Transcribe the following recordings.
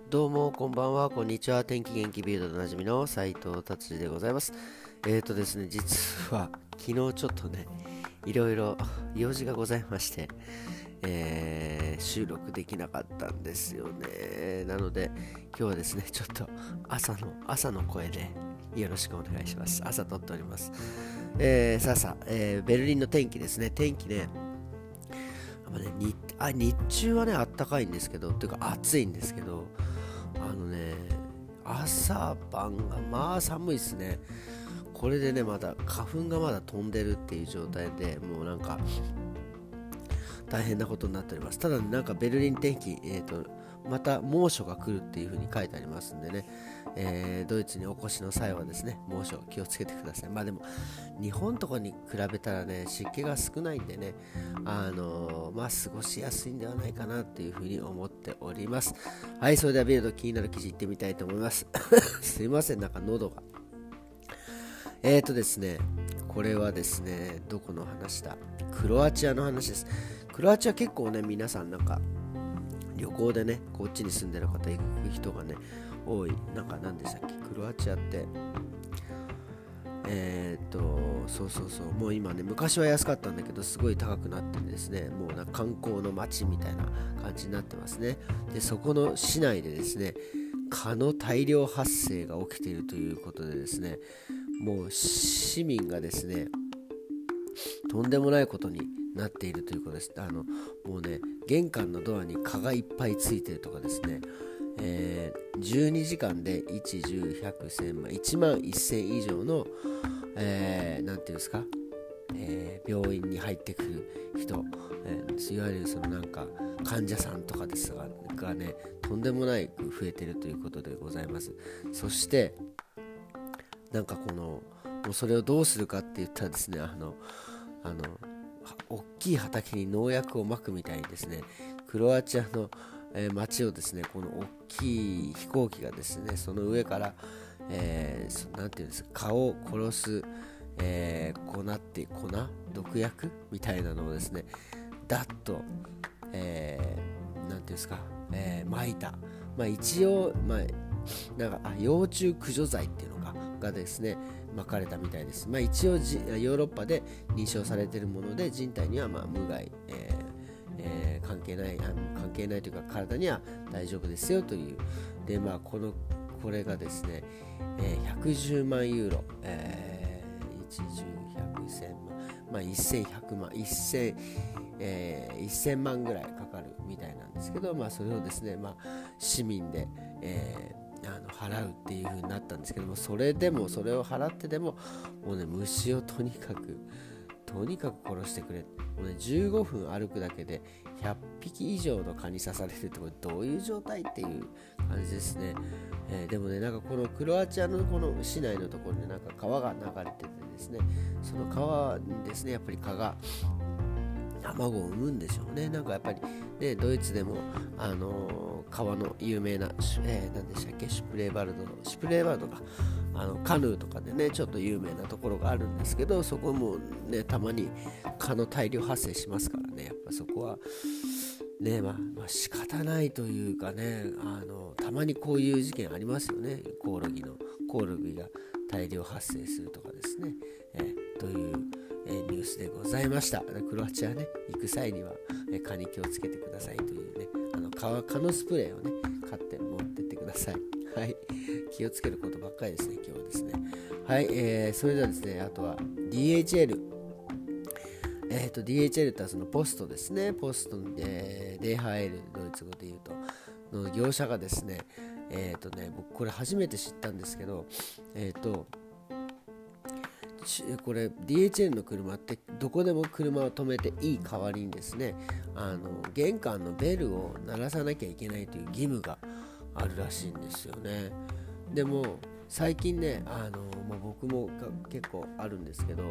どうもこんばんは、こんにちは。天気元気ビルドでおなじみの斉藤達治でございます。ですね、実は昨日ちょっとね、いろいろ用事がございまして、収録できなかったんですよね。なので今日はですね、ちょっと朝の声でよろしくお願いします。朝撮っております。ベルリンの天気ですね。天気ね、日中はねあったかいんですけど、というか暑いんですけど、朝晩がまあ寒いですね。これでね、まだ花粉がまだ飛んでるっていう状態で、もうなんか大変なことになっております。ただね、なんかベルリン天気、また猛暑が来るっていう風に書いてありますんでね、ドイツにお越しの際はですね、猛暑気をつけてください。まあでも日本とかに比べたらね、湿気が少ないんでね、過ごしやすいんではないかなっていう風に思っております。はい、それではビルド気になる記事いってみたいと思います。すいません、なんか喉がですね、これはですね、どこの話だ、クロアチアの話です。クロアチア結構ね、皆さんなんか旅行でね、こっちに住んでる方行く人がね多い。何でしたっけ、クロアチアって、そうもう今ね、昔は安かったんだけどすごい高くなってですね、もうなんか観光の街みたいな感じになってますね。でそこの市内でですね、蚊の大量発生が起きているということでですね、もう市民がですね、とんでもないことになっているということです。もうね、玄関のドアに蚊がいっぱいついてるとかですね、12時間で1、10、100、1000万、1万1000以上の、なんていうんですか、病院に入ってくる人、いわゆるそのなんか患者さんとかですがね、とんでもないく増えているということでございます。そしてなんかもうそれをどうするかって言ったらですね、大きい畑に農薬をまくみたいにですね、クロアチアの、町をですね、この大きい飛行機がですね、その上から、なんていうんですか、蚊を殺す、毒薬みたいなのをですね、ダッと、なんていうんですか、撒いた。一応、幼虫駆除剤っていうのがですね、巻かれたみたいです。一応ヨーロッパで認証されているもので、人体には無害、関係ないというか、体には大丈夫ですよという。でこれがですね、110万ユーロ、1、10、100、1000万、1100万、1000万ぐらいかかるみたいなんですけど、それをですね、市民で、払うっていう風になったんですけども、それを払ってでも、もうね、虫をとにかく殺してくれ。もうね、15分歩くだけで100匹以上の蚊に刺されるって、これどういう状態っていう感じですね。でもね、なんかこのクロアチアのこの市内のところでなんか川が流れててですね、その川にですね、やっぱり蚊が卵を産むんでしょうね。なんかやっぱりね、ドイツでも川の有名な、何でしたっけ、シュプレーバルドがカヌーとかでね、ちょっと有名なところがあるんですけど、そこもね、たまに蚊の大量発生しますからね、やっぱそこはね、仕方ないというかね、たまにこういう事件ありますよね。コオロギが大量発生するとかですね、というニュースでございました。クロアチアね、行く際には蚊に気をつけてくださいというね、蚊のスプレーをね、買って持ってってください。はい、気をつけることばっかりですね、今日はですね。はい、それではですね、あとは DHL ってそのポストですね。ポストに、DHL、ドイツ語で言うとの業者がですね、僕これ初めて知ったんですけど、これ DHL の車ってどこでも車を止めていい代わりにですね、玄関のベルを鳴らさなきゃいけないという義務があるらしいんですよね。でも最近ね、僕も結構あるんですけど、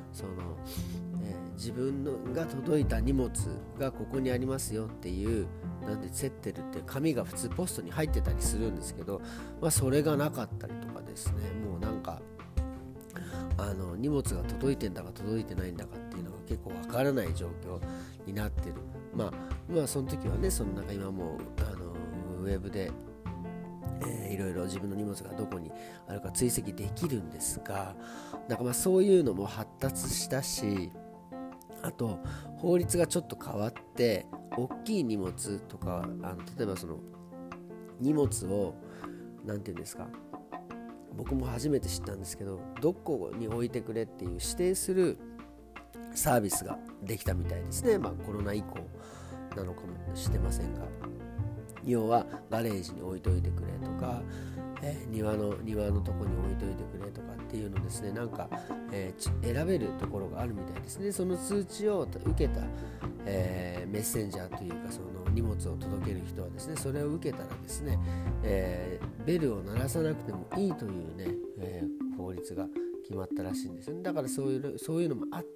自分が届いた荷物がここにありますよっていうセッテルっていう紙が普通ポストに入ってたりするんですけど、それがなかったりとかですね、もうなんか荷物が届いてんだか届いてないんだかっていうのが結構わからない状況になってる。その時はね、今もうウェブでいろいろ自分の荷物がどこにあるか追跡できるんですが、なんかまあそういうのも発達したし、あと法律がちょっと変わって大きい荷物とか例えばその荷物をなんていうんですか、僕も初めて知ったんですけど、どこに置いてくれっていう指定するサービスができたみたいですね。まあコロナ以降なのかもしれませんが、要はガレージに置いといてくれとか、庭のとこに置いといてくれとかっていうのですね、なんか、選べるところがあるみたいですね。その通知を受けた、メッセンジャーというかその荷物を届ける人はですね、それを受けたらですね、ベルを鳴らさなくてもいいというね、法律が決まったらしいんですよね。だからそういうのもあって、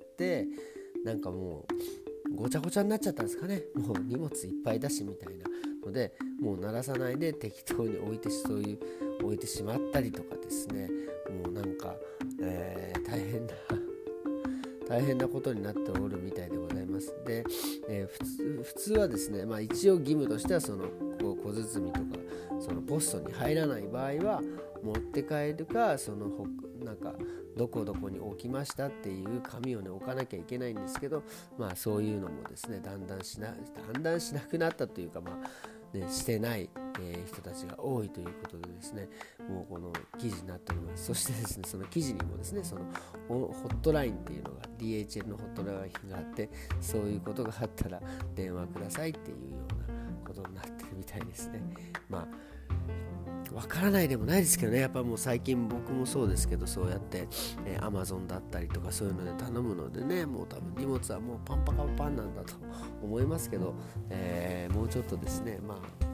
なんかもうごちゃごちゃになっちゃったんですかね。もう荷物いっぱいだしみたいなので、もう鳴らさないで適当に置いてしまったりとかですね、もうなんか、大変なことになっておるみたいでございます。で、普通はですね、まあ、一応義務としてはその小包とかそのポストに入らない場合は持って帰るか、そのなんかどこに置きましたっていう紙をね置かなきゃいけないんですけど、まあそういうのもですねだんだんしなくなったというか、まあね、してない、人たちが多いということでですね、もうこの記事になっております。そしてですね、その記事にもですね、そのホットラインっていうのが DHL のホットラインがあって、そういうことがあったら電話くださいっていうようなことになってるみたいですね。まあわからないでもないですけどね、やっぱもう最近僕もそうですけど、そうやって、Amazon だったりとかそういうので頼むのでね、もう多分荷物はもうパンなんだと思いますけど、もうちょっとですね、まあ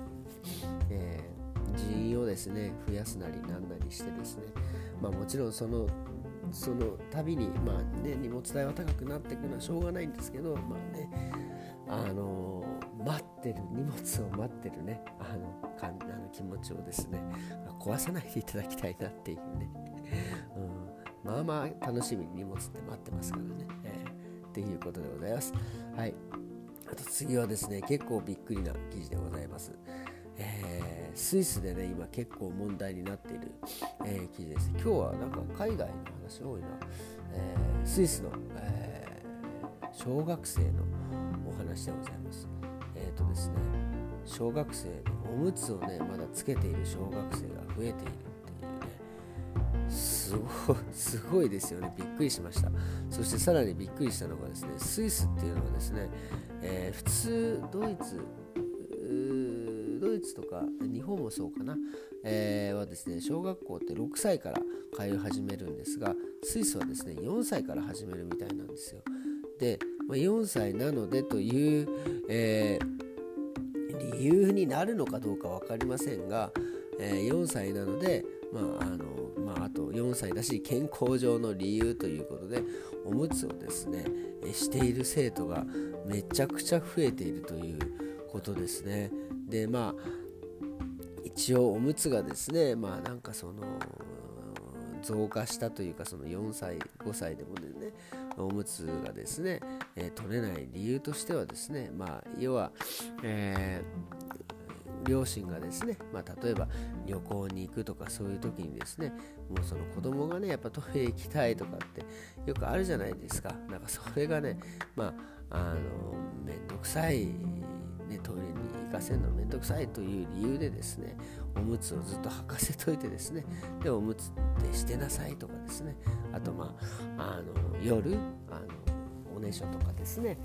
人員をですね増やすなりなんなりしてですね、まあもちろんその度にまあね荷物代は高くなっていくのはしょうがないんですけど、まあね荷物を待ってるね気持ちをですね壊さないでいただきたいなっていうね、まあまあ楽しみに荷物って待ってますからね、っていうことでございます。はい。あと次はですね、結構びっくりな記事でございます。スイスでね今結構問題になっている、記事です。今日はなんか海外の話多いな。スイスの、小学生のお話でございます。ですね、小学生でおむつをねまだつけている小学生が増えているっていうね、すごいですよね。びっくりしました。そしてさらにびっくりしたのがですね、スイスっていうのはですね、普通ドイツとか日本もそうかな、はですね、小学校って6歳から通い始めるんですが、スイスはですね4歳から始めるみたいなんですよ。で、4歳なのでという、理由になるのかどうか分かりませんが、4歳なので、あと4歳だし健康上の理由ということでおむつをですねしている生徒がめちゃくちゃ増えているということですね。で、一応おむつがですね、なんかその増加したというか、その4歳5歳でもねおむつがですね、取れない理由としてはですね、要は、両親がですね、例えば旅行に行くとかそういう時にですね、もうその子供がねやっぱトイレ行きたいとかってよくあるじゃないですか。なんかそれがねめんどくさい、ね、トイレに行かせるのめんどくさいという理由でですね、おむつをずっと履かせといてですね、でおむつってしてなさいとかですね、あと夜おねしょとかですね、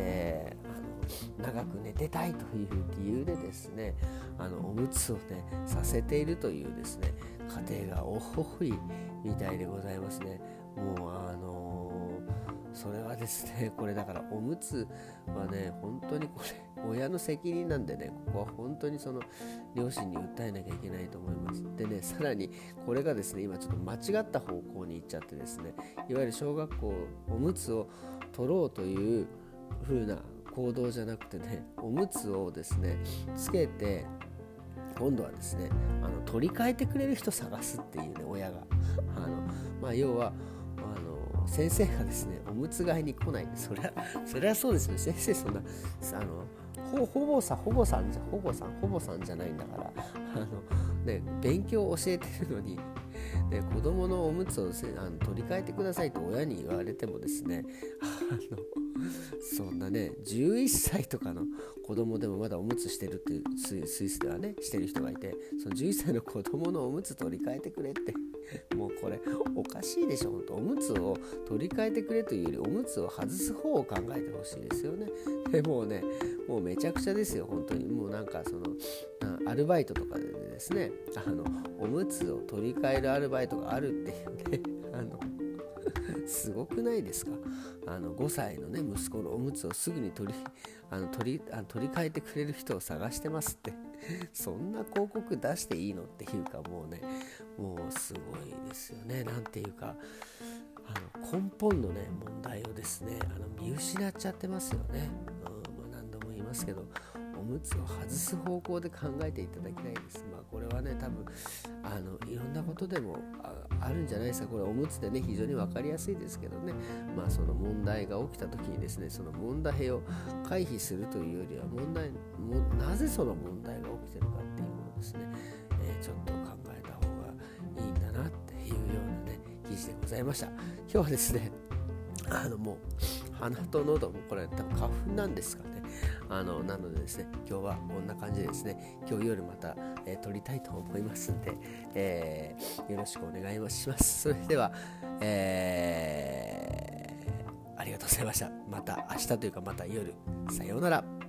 長く寝てたいという理由でですね、おむつをねさせているというですね家庭が多いみたいでございますね。もうそれはですね、これだからおむつはね本当にこれ親の責任なんでね、ここは本当にその両親に訴えなきゃいけないと思います。でね、さらにこれがですね今ちょっと間違った方向に行っちゃってですね、いわゆる小学校おむつを取ろうという風な行動じゃなくてね、おむつをですねつけて今度はですね取り替えてくれる人探すっていうね、親が要は先生がですねおむつ替えに来ない。そりゃそうですよ。先生そんな保母さんじゃないんだから勉強を教えてるのに、子供のおむつを取り替えてくださいと親に言われてもですね、そんなね11歳とかの子供でもまだおむつしてるっていうスイスではねしてる人がいて、その11歳の子供のおむつ取り替えてくれってもうこれおかしいでしょ。本当おむつを取り替えてくれというよりおむつを外す方を考えてほしいですよね。もうめちゃくちゃですよ本当に。もうなんかアルバイトとかでですねおむつを取り替えるアルバイトがあるっていうねすごくないですか。5歳のね息子のおむつをすぐに取り替えてくれる人を探してますってそんな広告出していいのっていうか、もうすごいですよね。なんていうか根本のね問題をですね見失っちゃってますよね。何度も言いますけど、おむつを外す方向で考えていただきたいです。これはね多分いろんなことでもあるんじゃないですか。これおむつでね非常に分かりやすいですけどね、その問題が起きた時にですね、その問題を回避するというよりはなぜその問題が起きてるかっていうのをですね、ちょっと考えた方がいいんだなっていうようなね記事でございました。今日はですねもう鼻と喉もこれ多分花粉なんですかね。なのでですね今日はこんな感じでですね、今日夜また、撮りたいと思いますんで、よろしくお願いします。それでは、ありがとうございました。また明日というかまた夜、さようなら。